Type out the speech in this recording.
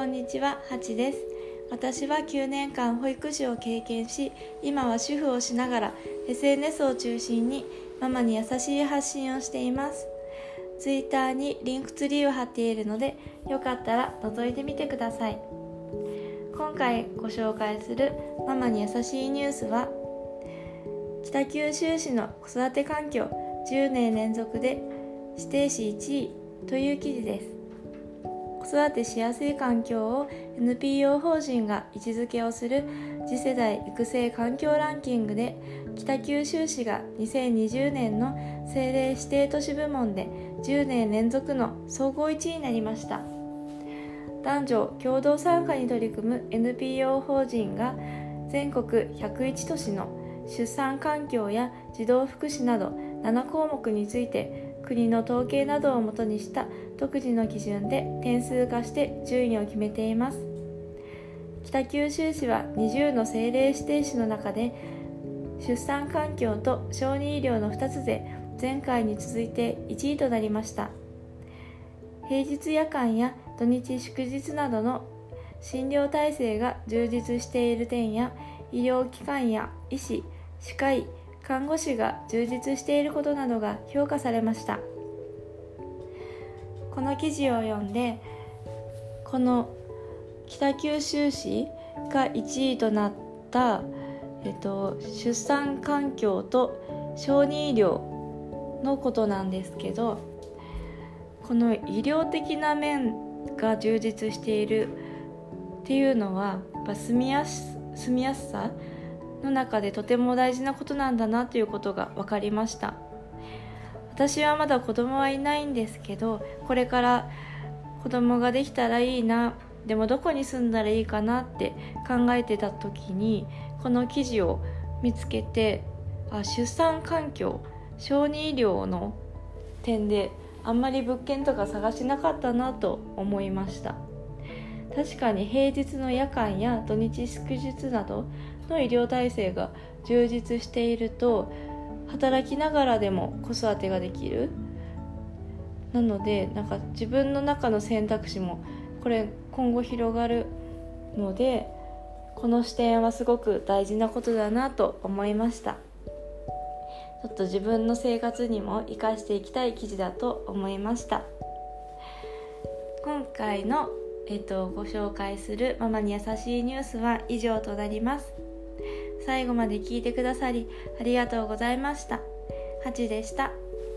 こんにちは、はちです。私は9年間保育士を経験し、今は主婦をしながら SNS を中心にママに優しい発信をしています。Twitter にリンクツリーを貼っているので、よかったら覗いてみてください。今回ご紹介するママに優しいニュースは、北九州市の子育て環境10年連続で指定市1位という記事です。子育てしやすい環境を NPO 法人が位置づけをする次世代育成環境ランキングで、北九州市が2020年の政令指定都市部門で10年連続の総合1位になりました。男女共同参加に取り組む NPO 法人が全国101都市の出産環境や児童福祉など7項目について、国の統計などをもとにした独自の基準で点数化して順位を決めています。北九州市は20の政令指定市の中で、出産環境と小児医療の2つで前回に続いて1位となりました。平日夜間や土日祝日などの診療体制が充実している点や、医療機関や医師、歯科医、看護師が充実していることなどが評価されました。この記事を読んで、この北九州市が1位となった、出産環境と小児医療のことなんですけど、この医療的な面が充実しているっていうのは、やっぱ住みやすさの中でとても大事なことなんだなということが分かりました。私はまだ子供はいないんですけど、これから子供ができたらいいな、でもどこに住んだらいいかなって考えてた時に、この記事を見つけて、出産環境、小児医療の点であんまり物件とか探しなかったなと思いました。確かに平日の夜間や土日祝日などの医療体制が充実していると、働きながらでも子育てができる。なので自分の中の選択肢もこれ今後広がるので、この視点はすごく大事なことだなと思いました。ちょっと自分の生活にも生かしていきたい記事だと思いました。今回のご紹介するママに優しいニュースは以上となります。最後まで聞いてくださりありがとうございました。はちでした。